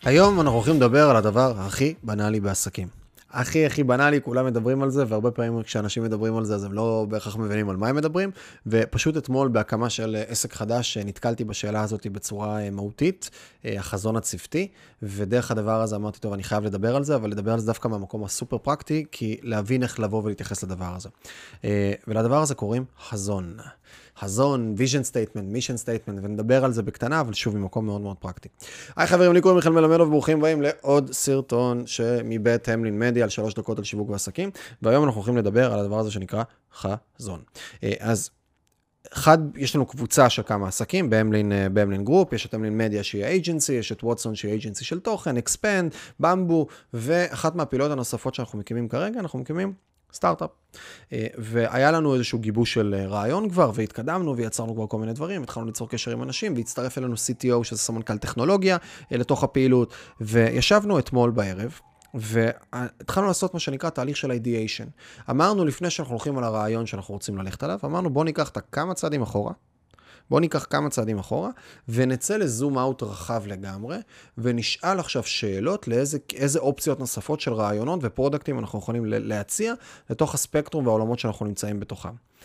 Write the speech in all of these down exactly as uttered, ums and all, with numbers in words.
היום אנחנו הולכים לדבר על הדבר הכי בנאלי בעסקים. הכי הכי בנאלי, כולם מדברים על זה, והרבה פעמים כשאנשים מדברים על זה, אז הם לא בהכרח מבינים על מה הם מדברים, ופשוט אתמול בהקמה של עסק חדש, נתקלתי בשאלה הזאת בצורה מהותית, החזון הצוותי, ודרך הדבר הזה אמרתי, טוב, אני חייב לדבר על זה, אבל לדבר על זה דווקא מהמקום הסופר פרקטי, כי להבין איך לבוא ולהתייחס לדבר הזה. ולדבר הזה קוראים חזון. חזון, vision statement, mission statement, ונדבר על זה בקטנה, אבל שוב, ממקום מאוד מאוד פרקטי. היי חברים, לי קוראים מיכאל מלמדוב, וברוכים הבאים לעוד סרטון שמבית המלין מדיה על שלוש דקות על שיווק ועסקים, והיום אנחנו הולכים לדבר על הדבר הזה שנקרא חזון. אז אחד, יש לנו קבוצה של כמה עסקים, בהמלין, בהמלין גרופ, יש את המלין מדיה שהיא האג'נסי, יש את ווטסון שהיא האג'נסי של תוכן, אקספנד, במבו, ואחת מהפעילות הנוספות שאנחנו מקימים כרגע, אנחנו מקימים סטארט-אפ. והיה לנו איזשהו גיבוש של רעיון כבר, והתקדמנו ויצרנו כבר כל מיני דברים, התחלנו ליצור קשר עם אנשים, והצטרף אלינו סי טי או, שזה סמנכ"ל טכנולוגיה, לתוך הפעילות, וישבנו אתמול בערב, והתחלנו לעשות מה שנקרא תהליך של אידיאשן. אמרנו לפני שאנחנו הולכים על הרעיון שאנחנו רוצים ללכת עליו, אמרנו בוא ניקח את כמה צעדים אחורה, בואו ניקח כמה צעדים אחורה, ונצא לזום אאוט רחב לגמרי, ונשאל עכשיו שאלות לאיזה איזה אופציות נוספות של רעיונות ופרודקטים אנחנו יכולים להציע לתוך הספקטרום והעולמות שאנחנו נמצאים בתוכם.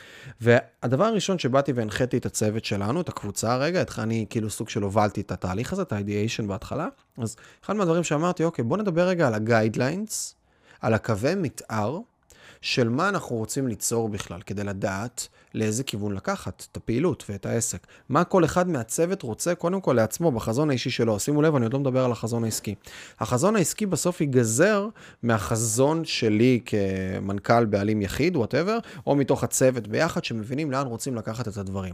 והדבר הראשון שבאתי והנחיתי את הצוות שלנו, את הקבוצה הרגע, אני כאילו סוג של הובלתי את התהליך הזה, את ה-ideation בהתחלה, אז אחד מהדברים שאמרתי, אוקיי, בואו נדבר רגע על ה-guidelines, על הקווי מתאר, של מה אנחנו רוצים ליצור בכלל, כדי לדעת לאיזה כיוון לקחת את הפעילות ואת העסק. מה כל אחד מהצוות רוצה, קודם כל לעצמו, בחזון האישי שלו. שימו לב, אני עוד לא מדבר על החזון העסקי. החזון העסקי בסוף ייגזר מהחזון שלי כמנכ"ל בעלים יחיד, whatever, או מתוך הצוות ביחד, שמבינים לאן רוצים לקחת את הדברים.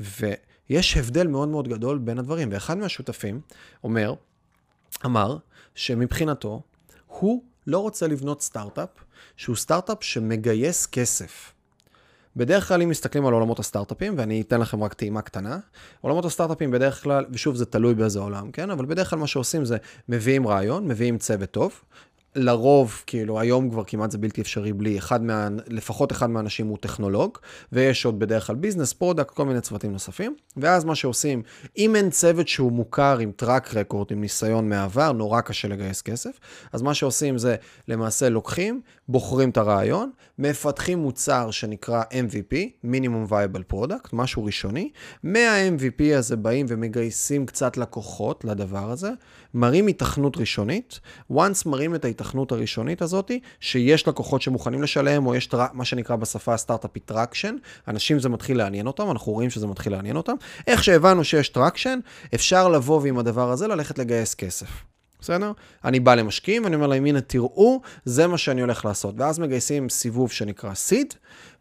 ויש הבדל מאוד מאוד גדול בין הדברים. ואחד מהשותפים אומר, אמר, שמבחינתו, הוא לא רוצה לבנות סטארט-אפ, שהוא סטארט-אפ שמגייס כסף. בדרך כלל אם מסתכלים על עולמות הסטארט-אפים, ואני אתן לכם רק טעימה קטנה, עולמות הסטארט-אפים בדרך כלל, ושוב זה תלוי באיזה עולם, כן? אבל בדרך כלל מה שעושים זה מביאים רעיון, מביאים צוות טוב, לרוב, כאילו, היום כבר כמעט זה בלתי אפשרי בלי, אחד מה, לפחות אחד מהאנשים הוא טכנולוג, ויש עוד בדרך כלל ביזנס, פרודקט, כל מיני צוותים נוספים, ואז מה שעושים, אם אין צוות שהוא מוכר עם טראק רקורד, עם ניסיון מעבר, נורא קשה לגייס כסף, אז מה שעושים זה, למעשה לוקחים, בוחרים את הרעיון, מפתחים מוצר שנקרא אם וי פי, Minimum Viable Product, משהו ראשוני, מה-אם וי פי הזה באים ומגייסים קצת לקוחות לדבר הזה, מראים התכנות ראשונית, once מראים את ההתכנות הראשונית הזאת, שיש לקוחות שמוכנים לשלם, או יש טר... מה שנקרא בשפה הסטארט-אפי טראקשן, אנשים זה מתחיל לעניין אותם, אנחנו רואים שזה מתחיל לעניין אותם, איך שהבנו שיש טראקשן, אפשר לבוא ועם הדבר הזה ללכת לגייס כסף. בסדר? אני בא למשקיעים, ואני אומר להם, הנה תראו, זה מה שאני הולך לעשות. ואז מגייסים סיבוב שנקרא סיד,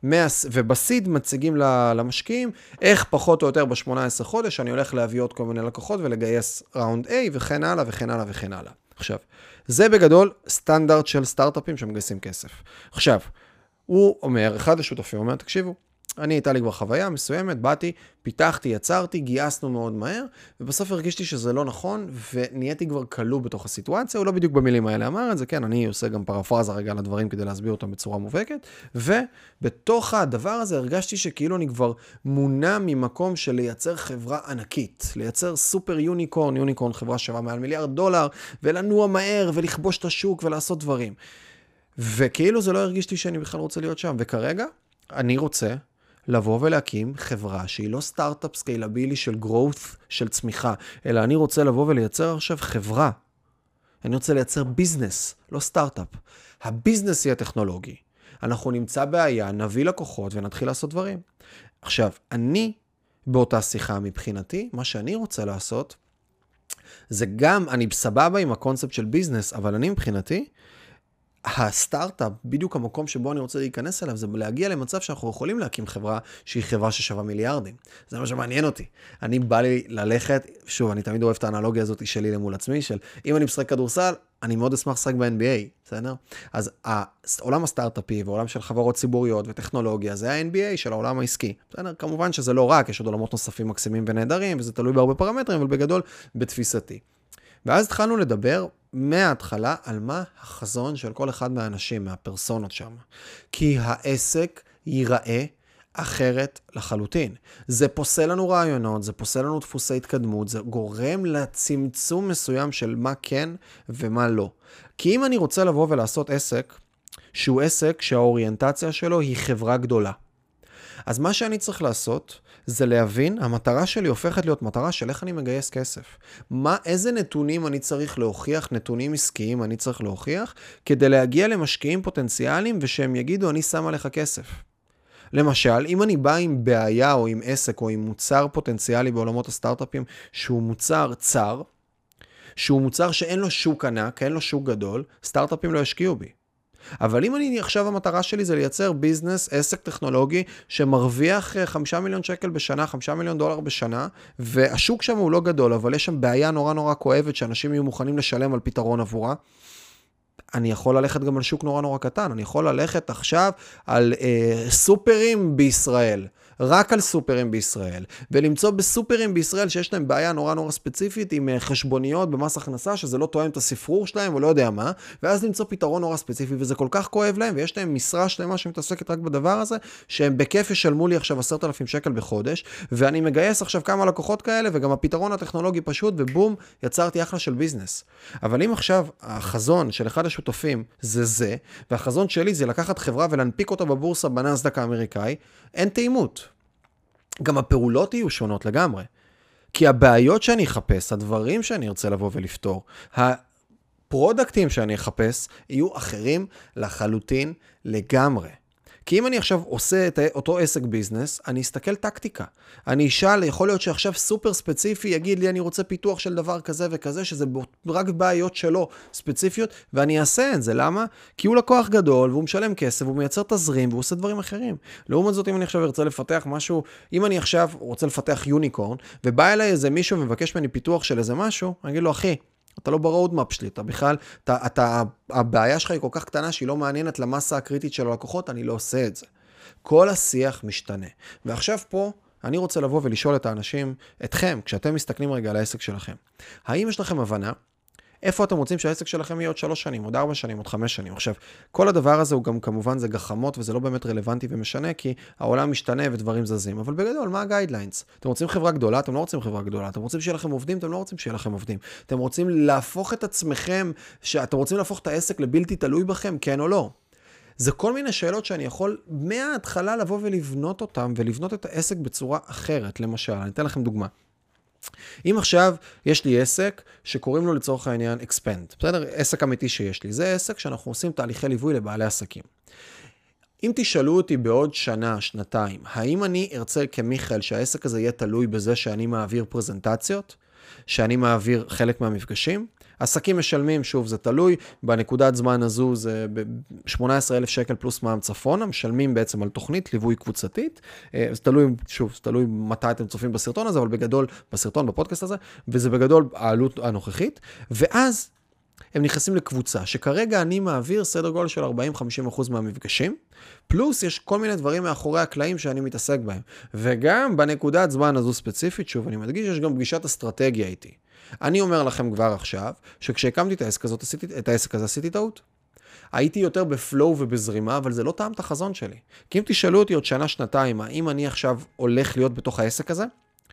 ובסיד מציגים למשקיעים, איך פחות או יותר ב-שמונה עשרה חודש, אני הולך להביא עוד כל מיני לקוחות, ולגייס ראונד A, וכן הלאה, וכן הלאה, וכן הלאה. עכשיו, זה בגדול סטנדרט של סטארט-אפים שמגייסים כסף. עכשיו, הוא אומר, אחד השותפים אומר, תקשיבו, אני הייתה לי כבר חוויה מסוימת, באתי, פיתחתי, יצרתי, גייסנו מאוד מהר, ובסוף הרגישתי שזה לא נכון, ונהייתי כבר כלוא בתוך הסיטואציה, הוא לא בדיוק במילים האלה אמר את זה, כן, אני עושה גם פרפרזה רגע לדברים כדי להסביר אותם בצורה מובהקת, ובתוך הדבר הזה הרגשתי שכאילו אני כבר מונע ממקום של לייצר חברה ענקית, לייצר סופר יוניקורן, יוניקורן חברה שווה מעל מיליארד דולר, ולנוע מהר ולכבוש את השוק ולעשות דברים. וכאילו זה לא הרגישתי שאני בכלל רוצה להיות שם, וכרגע אני רוצה לבוא ולהקים חברה שהיא לא סטארט-אפ סקיילבילי של growth, של צמיחה, אלא אני רוצה לבוא ולייצר עכשיו חברה. אני רוצה לייצר ביזנס, לא סטארט-אפ. הביזנס היא הטכנולוגי. אנחנו נמצא בעיה, נביא לקוחות ונתחיל לעשות דברים. עכשיו, אני באותה שיחה מבחינתי, מה שאני רוצה לעשות, זה גם, אני סבבה עם הקונספט של ביזנס, אבל אני מבחינתי, הסטארט-אפ, בדיוק המקום שבו אני רוצה להיכנס אליו, זה להגיע למצב שאנחנו יכולים להקים חברה שהיא חברה ששווה מיליארדים. זה מה שמעניין אותי. אני בא לי ללכת, שוב, אני תמיד אוהב את האנלוגיה הזאת שלי למול עצמי, של אם אני משחק כדורסל, אני מאוד אשמח לשחק ב-אן בי איי, בסדר? אז העולם הסטארט-אפי ועולם של חברות ציבוריות וטכנולוגיה, זה ה-אן בי איי של העולם העסקי. בסדר? כמובן שזה לא רק, יש עוד עולמות נוספים מקסימים ונהדרים, וזה תלוי בהרבה פרמטרים, אבל בגדול, בתפיסתי. ואז התחלנו לדבר מההתחלה על מה החזון של כל אחד מהאנשים, מהפרסונות שם. כי העסק ייראה אחרת לחלוטין. זה פוסל לנו רעיונות, זה פוסל לנו דפוסי התקדמות, זה גורם לצמצום מסוים של מה כן ומה לא. כי אם אני רוצה לבוא ולעשות עסק, שהוא עסק שהאוריינטציה שלו היא חברה גדולה, אז מה שאני צריך לעשות זה להבין, המטרה שלי הופכת להיות מטרה של איך אני מגייס כסף. מה, איזה נתונים אני צריך להוכיח, נתונים עסקיים אני צריך להוכיח, כדי להגיע למשקיעים פוטנציאליים ושהם יגידו אני שם עליך כסף. למשל, אם אני בא עם בעיה או עם עסק או עם מוצר פוטנציאלי בעולמות הסטארט-אפים, שהוא מוצר צר, שהוא מוצר שאין לו שוק ענק, אין לו שוק גדול, סטארט-אפים לא ישקיעו בי. אבל אם אני עכשיו המטרה שלי זה לייצר ביזנס, עסק טכנולוגי שמרוויח חמישה מיליון שקל בשנה, חמישה מיליון דולר בשנה, והשוק שם הוא לא גדול, אבל יש שם בעיה נורא נורא כואבת שאנשים יהיו מוכנים לשלם על פתרון עבורה, אני יכול ללכת גם על שוק נורא נורא קטן, אני יכול ללכת עכשיו על אה, סופרים בישראל, רק על סופרים בישראל, ולמצוא בסופרים בישראל שיש להם בעיה נורא נורא ספציפית עם חשבוניות במס הכנסה, שזה לא תואם את הספרור שלהם או לא יודע מה, ואז למצוא פתרון נורא ספציפי, וזה כל כך כואב להם, ויש להם משרה שלמה שמתעסקת רק בדבר הזה, שהם בכיף ישלמו לי עכשיו עשרת אלפים שקל בחודש, ואני מגייס עכשיו כמה לקוחות כאלה, וגם הפתרון הטכנולוגי פשוט, ובום, יצרתי אחלה של ביזנס. אבל אם עכשיו החזון של אחד השותפים זה זה, והחזון שלי זה לקחת חברה ולהנפיק אותה בבורסה בנאסד"ק האמריקאי, אין תאימות. גם הפעולות יהיו שונות לגמרי. כי הבעיות שאני אחפש, הדברים שאני ארצה לבוא ולפתור, הפרודקטים שאני אחפש, יהיו אחרים לחלוטין לגמרי. כי אם אני עכשיו עושה את אותו עסק ביזנס, אני אסתכל טקטיקה. אני אשאל, יכול להיות שעכשיו סופר ספציפי יגיד לי, אני רוצה פיתוח של דבר כזה וכזה, שזה רק בעיות שלו ספציפיות, ואני אעשה את זה. למה? כי הוא לקוח גדול, והוא משלם כסף, והוא מייצר תזרים, והוא עושה דברים אחרים. לעומת זאת, אם אני עכשיו ארצה לפתח משהו, אם אני עכשיו רוצה לפתח יוניקורן, ובא אליי איזה מישהו ומבקש ממני פיתוח של איזה משהו, אני אגיד לו, אחי, אתה לא ברודמאפ שלי, אתה בכלל, אתה, אתה, הבעיה שלך היא כל כך קטנה שהיא לא מעניינת למסה הקריטית של הלקוחות, אני לא עושה את זה. כל השיח משתנה. ועכשיו פה, אני רוצה לבוא ולשאול את האנשים, אתכם, כשאתם מסתכלים רגע על העסק שלכם, האם יש לכם הבנה, איפה אתם רוצים שהעסק שלכם יהיה עוד שלוש שנים, עוד ארבע שנים, עוד חמש שנים? עכשיו, כל הדבר הזה הוא גם כמובן זה גחמות, וזה לא באמת רלוונטי ומשנה, כי העולם משתנה ודברים זזים. אבל בגדול, מה הגיידליינס? אתם רוצים חברה גדולה? אתם לא רוצים חברה גדולה. אתם רוצים שיהיה לכם עובדים? אתם לא רוצים שיהיה לכם עובדים. אתם רוצים להפוך את עצמכם, שאתם רוצים להפוך את העסק לבלתי תלוי בכם, כן או לא? זה כל מיני שאלות שאני יכול מההתחלה לבוא ולבנות אותם, ולבנות את העסק בצורה אחרת. למשל, אני אתן לכם דוגמה. אם עכשיו יש לי עסק שקוראים לו לצורך העניין Expand, בסדר? עסק אמיתי שיש לי. זה עסק שאנחנו עושים תהליכי ליווי לבעלי עסקים. אם תשאלו אותי בעוד שנה, שנתיים, האם אני ארצה כמיכאל שהעסק הזה יהיה תלוי בזה שאני מעביר פרזנטציות, שאני מעביר חלק מהמפגשים? עסקים משלמים, שוב, זה תלוי, בנקודת זמן הזו זה ב-שמונה עשרה אלף שקל פלוס מע"מ צפונה, משלמים בעצם על תוכנית ליווי קבוצתית, זה תלוי, שוב, זה תלוי מתי אתם צופים בסרטון הזה, אבל בגדול, בסרטון, בפודקאסט הזה, וזה בגדול העלות הנוכחית, ואז הם נכנסים לקבוצה, שכרגע אני מעביר סדר גודל של ארבעים עד חמישים אחוז מהמפגשים, פלוס יש כל מיני דברים מאחורי הקלעים שאני מתעסק בהם, וגם בנקודת זמן הזו ספציפית, שוב, אני מדגיש, יש גם פגישת אסטרטגיה איתי. אני אומר לכם כבר עכשיו, שכשהקמתי את העסק הזאת, עשיתי, את העסק הזה עשיתי טעות. הייתי יותר בפלואו ובזרימה, אבל זה לא טעם את החזון שלי. כי אם תשאלו אותי עוד שנה, שנתיים, האם אני עכשיו הולך להיות בתוך העסק הזה?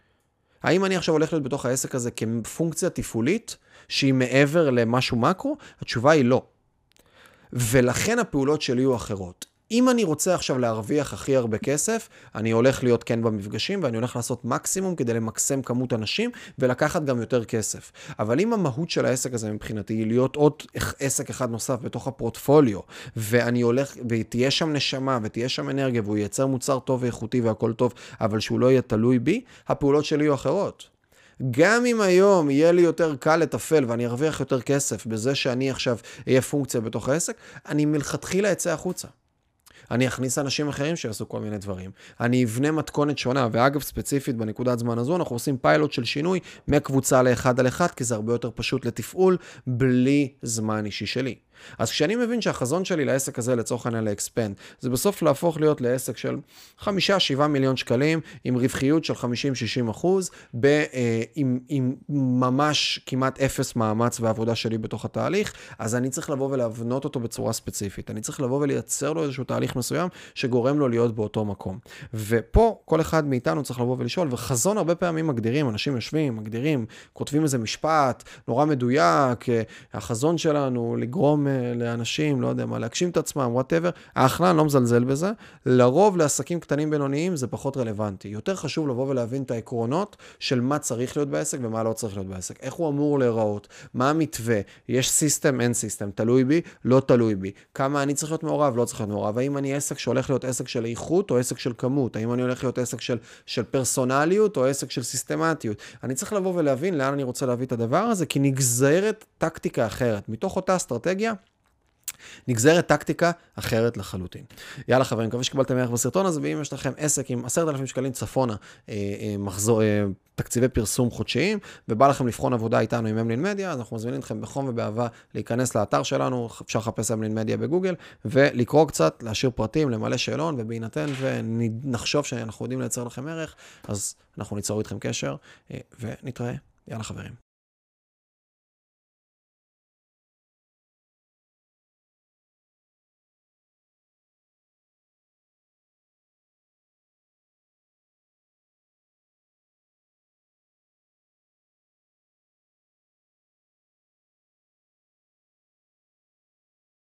האם אני עכשיו הולך להיות בתוך העסק הזה כפונקציה תפעולית, שהיא מעבר למשהו מקרו? התשובה היא לא. ולכן הפעולות שלי יהיו אחרות. אם אני רוצה עכשיו להרוויח הכי הרבה כסף, אני הולך להיות כן במפגשים, ואני הולך לעשות מקסימום כדי למקסם כמות אנשים, ולקחת גם יותר כסף. אבל אם המהות של העסק הזה מבחינתי היא להיות עוד עסק אחד נוסף בתוך הפורטפוליו, ואני הולך, ותהיה שם נשמה, ותהיה שם אנרגיה, והוא ייצר מוצר טוב ואיכותי והכל טוב, אבל שהוא לא יהיה תלוי בי, הפעולות שלי יהיו אחרות. גם אם היום יהיה לי יותר קל לטפל ואני ארוויח יותר כסף בזה שאני עכשיו אהיה פונקציה בתוך העסק, אני מלכתחילה אצא החוצה. אני אכניס אנשים אחרים שיעשו כל מיני דברים. אני אבנה מתכונת שונה, ואגב ספציפית בנקודת זמן הזו, אנחנו עושים פיילוט של שינוי מקבוצה לאחד על אחד, כי זה הרבה יותר פשוט לתפעול, בלי זמן אישי שלי. אז כשאני מבין שהחזון שלי לעסק הזה, לצורך העניין לאקספנד, זה בסוף להפוך להיות לעסק של חמישה שבעה מיליון שקלים, עם רווחיות של חמישים שישים אחוז, ב, אה, עם, עם ממש כמעט אפס מאמץ ועבודה שלי בתוך התהליך, אז אני צריך לבוא ולהבנות אותו בצורה ספציפית. אני צריך לבוא ולייצר לו איזשהו תהליך מסוים, שגורם לו להיות באותו מקום. ופה כל אחד מאיתנו צריך לבוא ולשאול, וחזון הרבה פעמים מגדירים, אנשים יושבים, מגדירים, כותבים איזה משפט, נורא מדויק, החזון שלנו לגרום לאנשים, לא יודע מה, להגשים את עצמם, whatever, האחלה, אני לא מזלזל בזה. לרוב לעסקים קטנים בינוניים זה פחות רלוונטי. יותר חשוב לבוא ולהבין את העקרונות של מה צריך להיות בעסק ומה לא צריך להיות בעסק. איך הוא אמור להיראות, מה המתווה, יש סיסטם, אין סיסטם, תלוי בי, לא תלוי בי. כמה אני צריך להיות מעורב, לא צריך להיות מעורב. האם אני עסק שהולך להיות עסק של איכות או עסק של כמות? האם אני הולך להיות עסק של, של פרסונליות או עסק של סיסטמטיות? אני צריך לבוא ולהבין לאן אני רוצה להביא את הדבר הזה, כי נגזרת טקטיקה אחרת. מתוך אותה אסטרטגיה, נגזרת טקטיקה אחרת לחלוטין. יאללה חברים, מקווה שקיבלתם ערך בסרטון הזה, ואם יש לכם עסק עם עשרת אלפים שקלים צפונה, אה, אה, מחזור, אה, תקציבי פרסום חודשיים, ובא לכם לבחון עבודה איתנו עם אמלין מדיה, אז אנחנו מזמינים אתכם בחום ובאהבה להיכנס לאתר שלנו, אפשר לחפש אמלין מדיה בגוגל, ולקרוא קצת, להשאיר פרטים, למלא שאלון, ובהינתן ונחשוב שאנחנו יודעים לייצר לכם ערך, אז אנחנו ניצור איתכם קשר, אה, ונתראה. יאללה חברים.